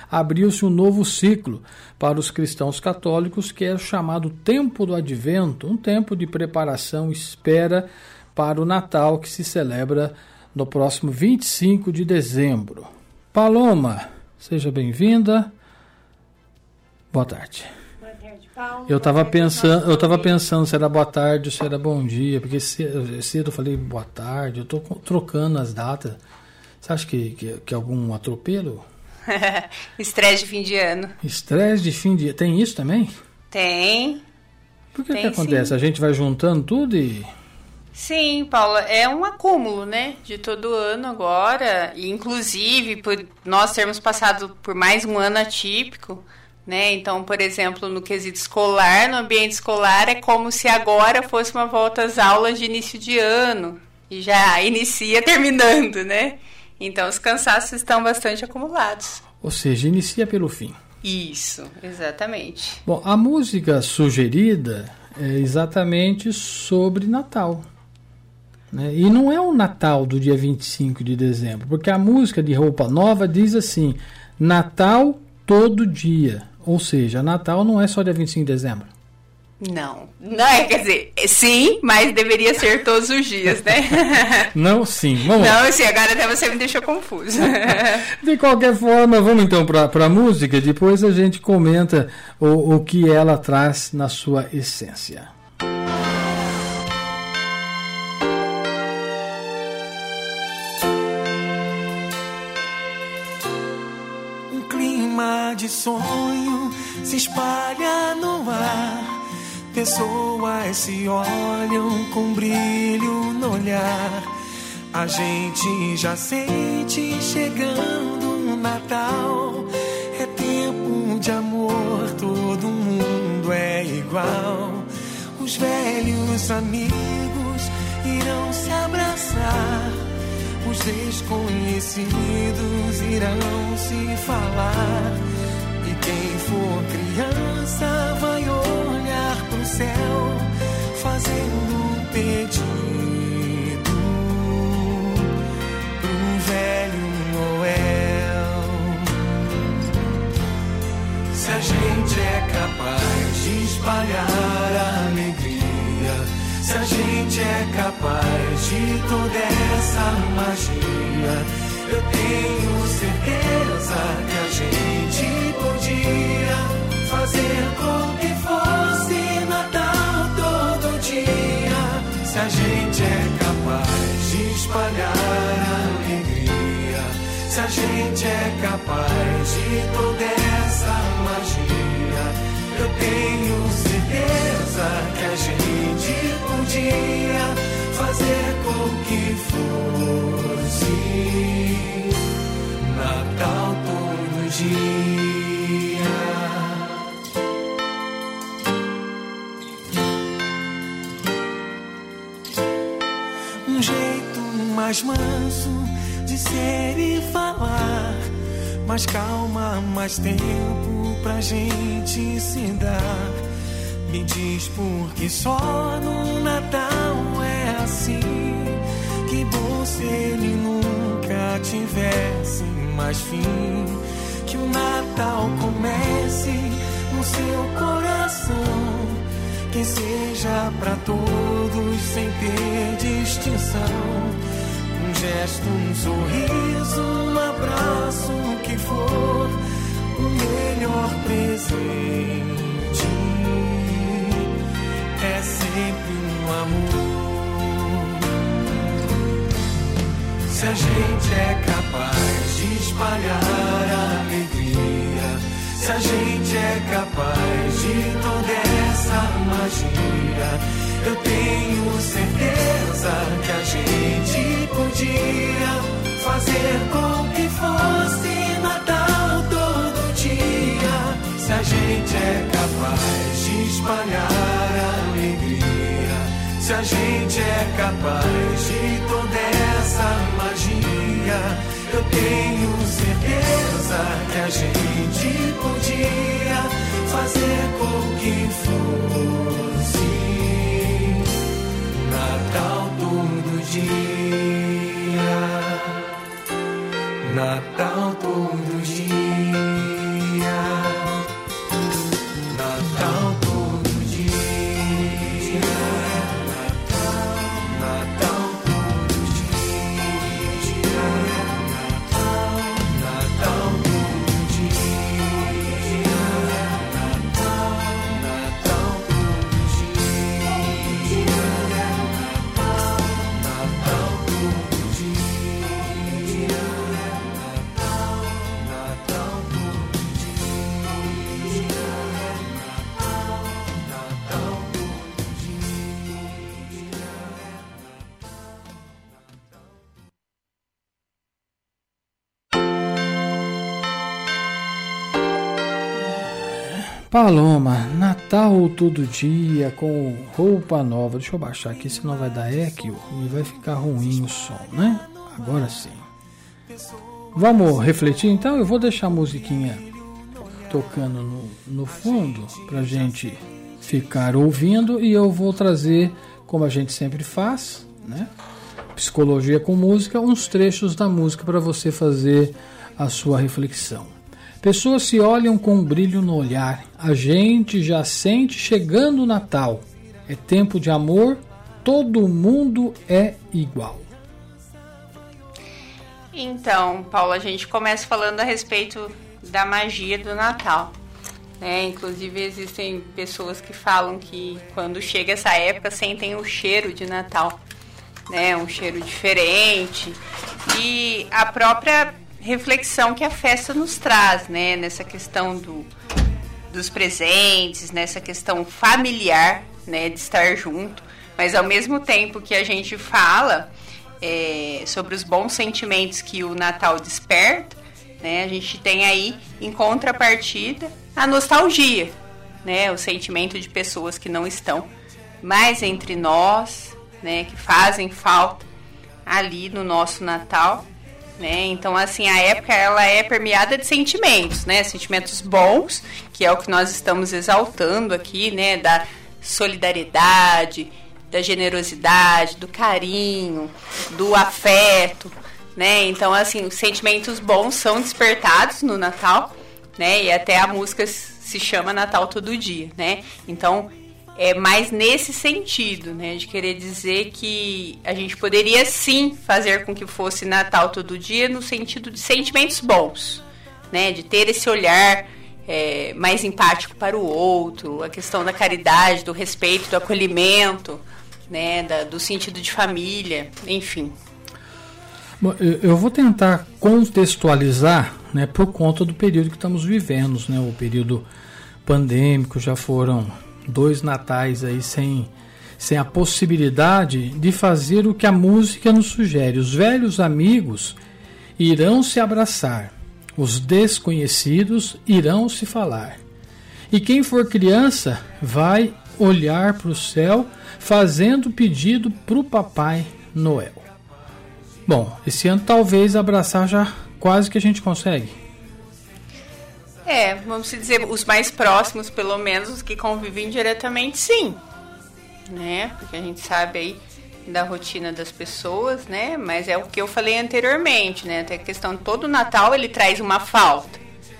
abriu-se um novo ciclo para os cristãos católicos, que é o chamado Tempo do Advento, um tempo de preparação e espera para o Natal, que se celebra no próximo 25 de dezembro. Paloma, seja bem-vinda. Boa tarde. Boa tarde, Paulo. Eu estava pensando se era boa tarde ou se era bom dia, porque cedo eu falei boa tarde, eu estou trocando as datas. Você acha que é algum atropelo? Estresse de fim de ano. Estresse de fim de ano. Tem isso também? Tem. Por que acontece? Sim. A gente vai juntando tudo e... Sim, Paula, é um acúmulo, né, de todo ano agora, e inclusive por nós termos passado por mais um ano atípico, né, então, por exemplo, no quesito escolar, no ambiente escolar, é como se agora fosse uma volta às aulas de início de ano, e já inicia terminando, né, então os cansaços estão bastante acumulados. Ou seja, inicia pelo fim. Isso, exatamente. Bom, a música sugerida é exatamente sobre Natal. E não é o Natal do dia 25 de dezembro, porque a música de Roupa Nova diz assim, Natal todo dia, ou seja, Natal não é só dia 25 de dezembro. Não é, quer dizer, sim, mas deveria ser todos os dias, né? Não, sim, vamos lá. Não, sim, agora até você me deixou confuso. De qualquer forma, vamos então para a música, depois a gente comenta o que ela traz na sua essência. De sonho se espalha no ar, pessoas se olham com brilho no olhar. A gente já sente chegando o Natal, é tempo de amor, todo mundo é igual. Os velhos amigos irão se abraçar, os desconhecidos irão se falar. E quem for criança vai olhar pro céu, fazendo um pedido pro velho Noel. Se a gente é capaz de espalhar a alegria, se a gente é capaz de toda essa magia, eu tenho certeza que a gente podia fazer com que fosse Natal todo dia. Se a gente é capaz de espalhar a alegria, se a gente é capaz de toda essa magia, eu tenho certeza que a gente podia fazer com que fosse Natal todo dia. Um jeito mais manso de ser e falar, mais calma, mais tempo pra gente se dar. Me diz por que só no Natal é assim. Que bom se ele nunca tivesse mais fim. Que o Natal comece no seu coração, que seja pra todos sem ter distinção. Um gesto, um sorriso, um abraço, o que for, o melhor presente é sempre um amor. Se a gente é capaz de espalhar a alegria, se a gente é capaz de toda essa magia, eu tenho certeza que a gente podia fazer com que fosse Natal todo dia. Se a gente é capaz de espalhar a alegria, se a gente é capaz de toda essa magia, eu tenho certeza que a gente podia fazer com que fosse Natal todo dia, Natal todo dia. Paloma, Natal todo dia com roupa nova. Deixa eu baixar aqui, senão vai dar eco e vai ficar ruim o som, né? Agora sim. Vamos refletir então? Eu vou deixar a musiquinha tocando no fundo pra gente ficar ouvindo e eu vou trazer, como a gente sempre faz, né? Psicologia com música, uns trechos da música para você fazer a sua reflexão. Pessoas se olham com um brilho no olhar, a gente já sente chegando o Natal. É tempo de amor, todo mundo é igual. Então, Paulo, a gente começa falando a respeito da magia do Natal. Inclusive existem pessoas que falam que quando chega essa época sentem o cheiro de Natal, um cheiro diferente, e a própria reflexão que a festa nos traz, nessa questão dos presentes, nessa questão familiar, de estar junto, mas ao mesmo tempo que a gente fala sobre os bons sentimentos que o Natal desperta, a gente tem aí em contrapartida a nostalgia, o sentimento de pessoas que não estão mais entre nós, que fazem falta ali no nosso Natal. Então, assim, a época ela é permeada de sentimentos, sentimentos bons, que é o que nós estamos exaltando aqui, da solidariedade, da generosidade, do carinho, do afeto, Então, assim, os sentimentos bons são despertados no Natal, e até a música se chama Natal Todo Dia, Então, é mais nesse sentido, de querer dizer que a gente poderia sim fazer com que fosse Natal todo dia no sentido de sentimentos bons, de ter esse olhar mais empático para o outro, a questão da caridade, do respeito, do acolhimento, do sentido de família, enfim. Bom, eu vou tentar contextualizar, por conta do período que estamos vivendo, o período pandêmico. Já foram 2 natais aí sem a possibilidade de fazer o que a música nos sugere. Os velhos amigos irão se abraçar, os desconhecidos irão se falar. E quem for criança vai olhar para o céu fazendo pedido para o Papai Noel. Bom, esse ano talvez abraçar já quase que a gente consegue. Vamos dizer, os mais próximos, pelo menos, os que convivem diretamente, sim. Porque a gente sabe aí da rotina das pessoas, Mas é o que eu falei anteriormente, Até a questão de todo Natal, ele traz uma falta,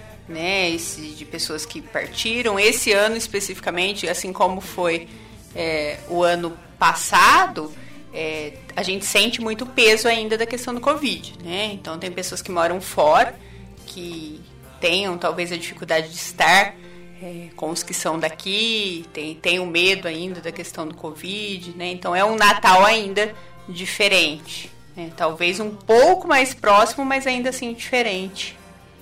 de pessoas que partiram. Esse ano, especificamente, assim como foi o ano passado, a gente sente muito peso ainda da questão do Covid, Então, tem pessoas que moram fora, que tenham talvez a dificuldade de estar com os que são daqui, tem o medo ainda da questão do Covid, Então é um Natal ainda diferente, talvez um pouco mais próximo, mas ainda assim diferente.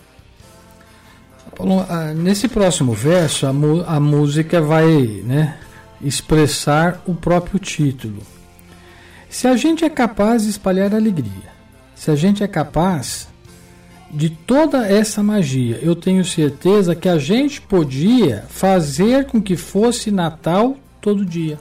Paulo, nesse próximo verso a música vai expressar o próprio título. Se a gente é capaz de espalhar alegria, se a gente é capaz de toda essa magia, eu tenho certeza que a gente podia fazer com que fosse Natal todo dia.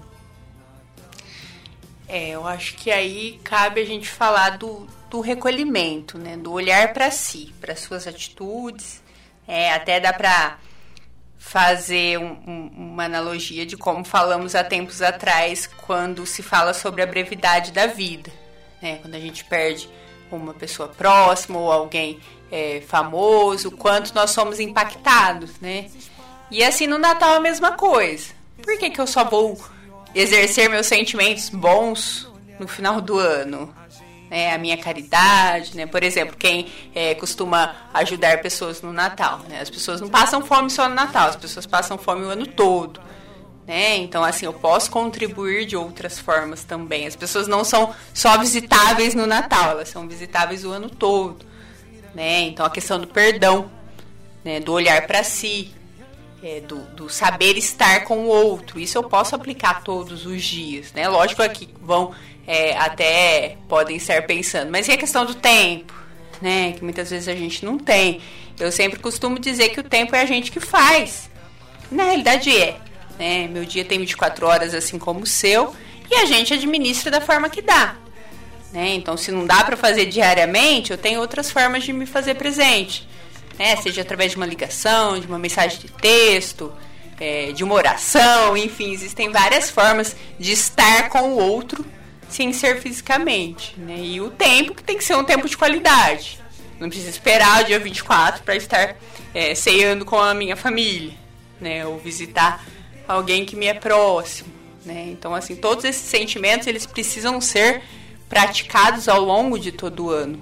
Eu acho que aí cabe a gente falar do recolhimento, do olhar para si, para suas atitudes. Até dá para fazer uma analogia de como falamos há tempos atrás, quando se fala sobre a brevidade da vida, quando a gente perde uma pessoa próxima ou alguém famoso, quanto nós somos impactados, E assim no Natal é a mesma coisa. Por que eu só vou exercer meus sentimentos bons no final do ano? A minha caridade, Por exemplo, quem costuma ajudar pessoas no Natal, As pessoas não passam fome só no Natal, as pessoas passam fome o ano todo, Então, assim, eu posso contribuir de outras formas também. As pessoas não são só visitáveis no Natal, elas são visitáveis o ano todo, Então, a questão do perdão, do olhar para si, do saber estar com o outro, isso eu posso aplicar todos os dias, Lógico que vão até podem estar pensando, mas e a questão do tempo, que muitas vezes a gente não tem. Eu sempre costumo dizer que o tempo é a gente que faz, Na realidade né? Meu dia tem 24 horas, assim como o seu, e a gente administra da forma que dá. Né? Então, se não dá para fazer diariamente, eu tenho outras formas de me fazer presente. Né? Seja através de uma ligação, de uma mensagem de texto, de uma oração, enfim, existem várias formas de estar com o outro sem ser fisicamente. Né? E o tempo que tem que ser um tempo de qualidade. Não precisa esperar o dia 24 para estar ceando com a minha família, né? Ou visitar alguém que me é próximo. Né? Então, assim, todos esses sentimentos, eles precisam ser praticados ao longo de todo o ano.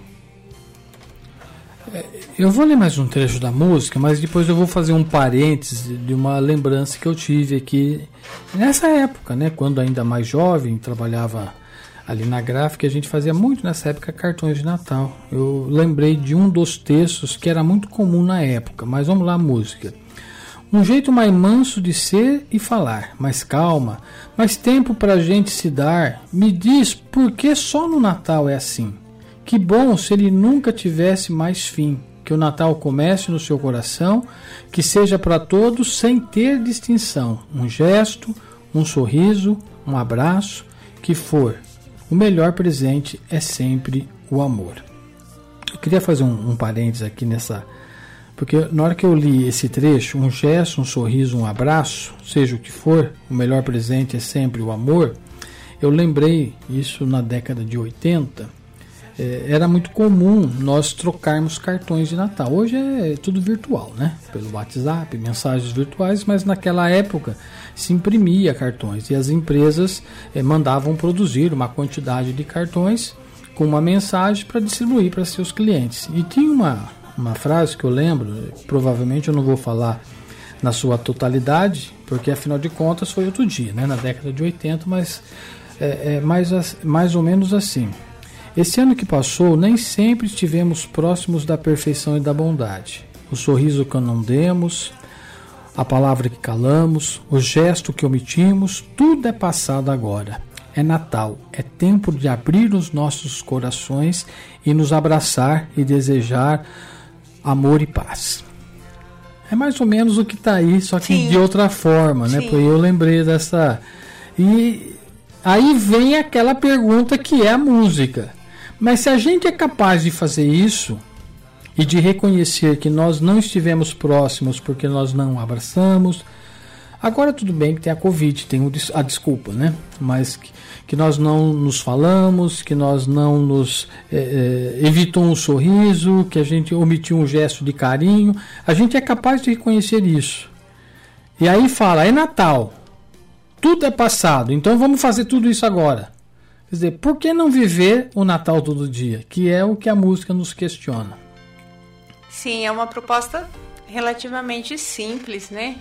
Eu vou ler mais um trecho da música, mas depois eu vou fazer um parêntese de uma lembrança que eu tive aqui nessa época, né? Quando ainda mais jovem, trabalhava ali na gráfica, a gente fazia muito nessa época cartões de Natal. Eu lembrei de um dos textos que era muito comum na época, mas vamos lá, a música. Um jeito mais manso de ser e falar, mais calma, mais tempo pra gente se dar. Me diz por que só no Natal é assim? Que bom se ele nunca tivesse mais fim. Que o Natal comece no seu coração, que seja para todos sem ter distinção. Um gesto, um sorriso, um abraço, que for. O melhor presente é sempre o amor. Eu queria fazer um parênteses aqui nessa... Porque na hora que eu li esse trecho, um gesto, um sorriso, um abraço, seja o que for, o melhor presente é sempre o amor, eu lembrei isso na década de 80, era muito comum nós trocarmos cartões de Natal. Hoje é tudo virtual, né? Pelo WhatsApp, mensagens virtuais, mas naquela época se imprimia cartões e as empresas mandavam produzir uma quantidade de cartões com uma mensagem para distribuir para seus clientes. E tinha uma frase que eu lembro, provavelmente eu não vou falar na sua totalidade, porque afinal de contas foi outro dia, né? Na década de 80, mas mais ou menos assim. Esse ano que passou, nem sempre estivemos próximos da perfeição e da bondade. O sorriso que não demos, a palavra que calamos, o gesto que omitimos, tudo é passado agora. É Natal, é tempo de abrir os nossos corações e nos abraçar e desejar amor e paz. É mais ou menos o que está aí, só que sim, de outra forma, né? Porque eu lembrei dessa... E aí vem aquela pergunta que é a música. Mas se a gente é capaz de fazer isso e de reconhecer que nós não estivemos próximos porque nós não abraçamos, agora tudo bem que tem a Covid, tem a desculpa, né? Mas que nós não nos falamos, que nós não nos evitou um sorriso, que a gente omitiu um gesto de carinho, a gente é capaz de reconhecer isso. E aí fala, é Natal, tudo é passado, então vamos fazer tudo isso agora. Quer dizer, por que não viver o Natal todo dia? Que é o que a música nos questiona. Sim, é uma proposta relativamente simples, né?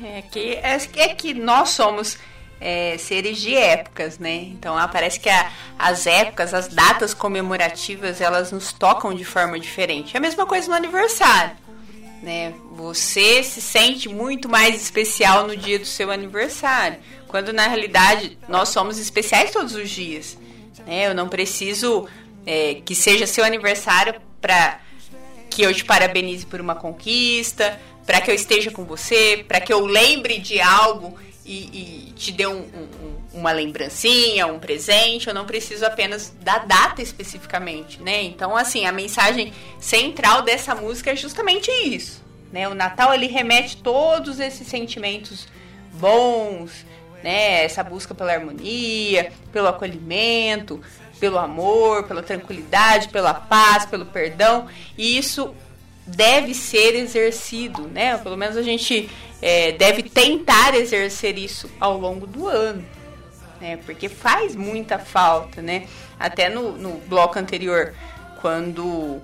É que nós somos seres de épocas, né? Então parece que as épocas, as datas comemorativas, elas nos tocam de forma diferente. É a mesma coisa no aniversário, né? Você se sente muito mais especial no dia do seu aniversário, quando na realidade nós somos especiais todos os dias. Eu não preciso que seja seu aniversário para que eu te parabenize por uma conquista, para que eu esteja com você, para que eu lembre de algo e te dê uma lembrancinha, um presente. Eu não preciso apenas da data especificamente, né? Então, assim, a mensagem central dessa música é justamente isso, né? O Natal, ele remete todos esses sentimentos bons, né? Essa busca pela harmonia, pelo acolhimento, pelo amor, pela tranquilidade, pela paz, pelo perdão. E isso deve ser exercido, né? Pelo menos a gente deve tentar exercer isso ao longo do ano, né? Porque faz muita falta, né? Até no bloco anterior, quando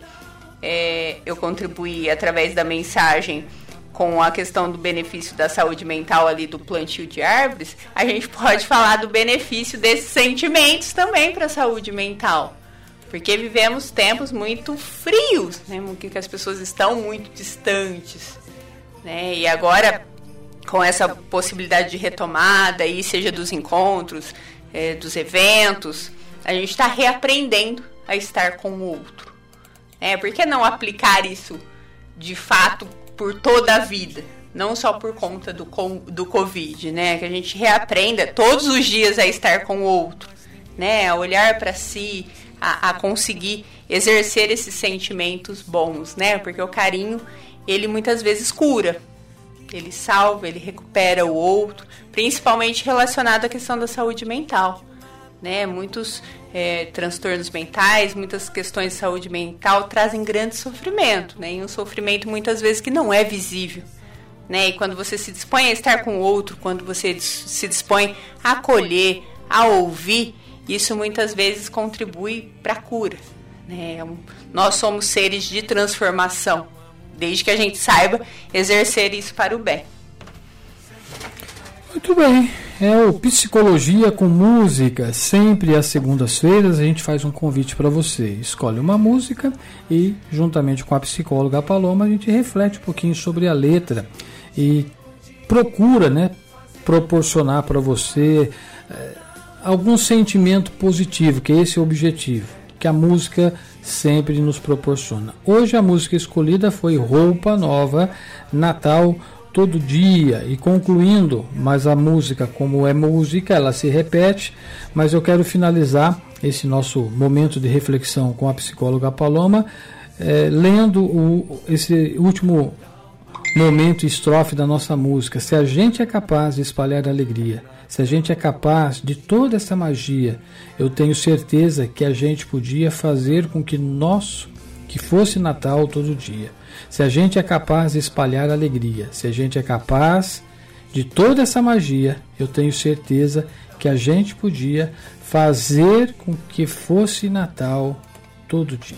eu contribuí através da mensagem com a questão do benefício da saúde mental ali do plantio de árvores, a gente pode falar do benefício desses sentimentos também para a saúde mental. Porque vivemos tempos muito frios, né? Que as pessoas estão muito distantes, né? E agora, com essa possibilidade de retomada, aí, seja dos encontros, dos eventos, a gente está reaprendendo a estar com o outro. Por que não aplicar isso de fato por toda a vida, não só por conta do Covid, né? Que a gente reaprenda todos os dias a estar com o outro, né? A olhar para si, a conseguir exercer esses sentimentos bons, né? Porque o carinho, ele muitas vezes cura, ele salva, ele recupera o outro, principalmente relacionado à questão da saúde mental, né? Muitos transtornos mentais, muitas questões de saúde mental trazem grande sofrimento, né? E um sofrimento muitas vezes que não é visível, né? E quando você se dispõe a estar com o outro, quando você se dispõe a acolher, a ouvir, isso muitas vezes contribui para a cura, né? Nós somos seres de transformação, desde que a gente saiba exercer isso para o bem. Muito bem, é o Psicologia com Música. Sempre às segundas-feiras a gente faz um convite para você. Escolhe uma música e, juntamente com a psicóloga Paloma, a gente reflete um pouquinho sobre a letra e procura, né, proporcionar para você algum sentimento positivo, que esse é o objetivo, que a música sempre nos proporciona. Hoje a música escolhida foi Roupa Nova, Natal Todo Dia, e concluindo, mas a música, como é música, ela se repete, mas eu quero finalizar esse nosso momento de reflexão com a psicóloga Paloma, lendo esse último momento, estrofe da nossa música. Se a gente é capaz de espalhar alegria, se a gente é capaz de toda essa magia, eu tenho certeza que a gente podia fazer com que fosse Natal todo dia. Se a gente é capaz de espalhar alegria, se a gente é capaz de toda essa magia, eu tenho certeza que a gente podia fazer com que fosse Natal todo dia.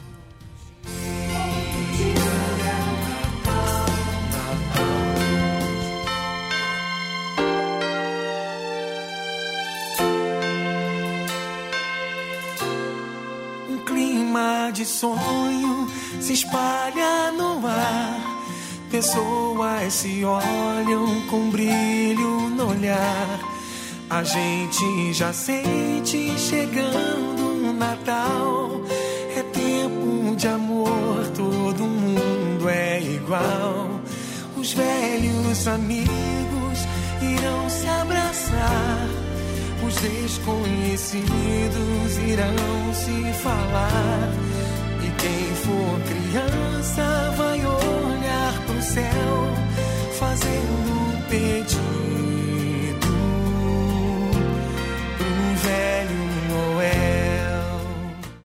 Um clima de sonho se espalha no ar, pessoas se olham com brilho no olhar. A gente já sente chegando o Natal, é tempo de amor, todo mundo é igual. Os velhos amigos irão se abraçar, os desconhecidos irão se falar. E quem for criança vai olhar pro céu, fazendo um pedido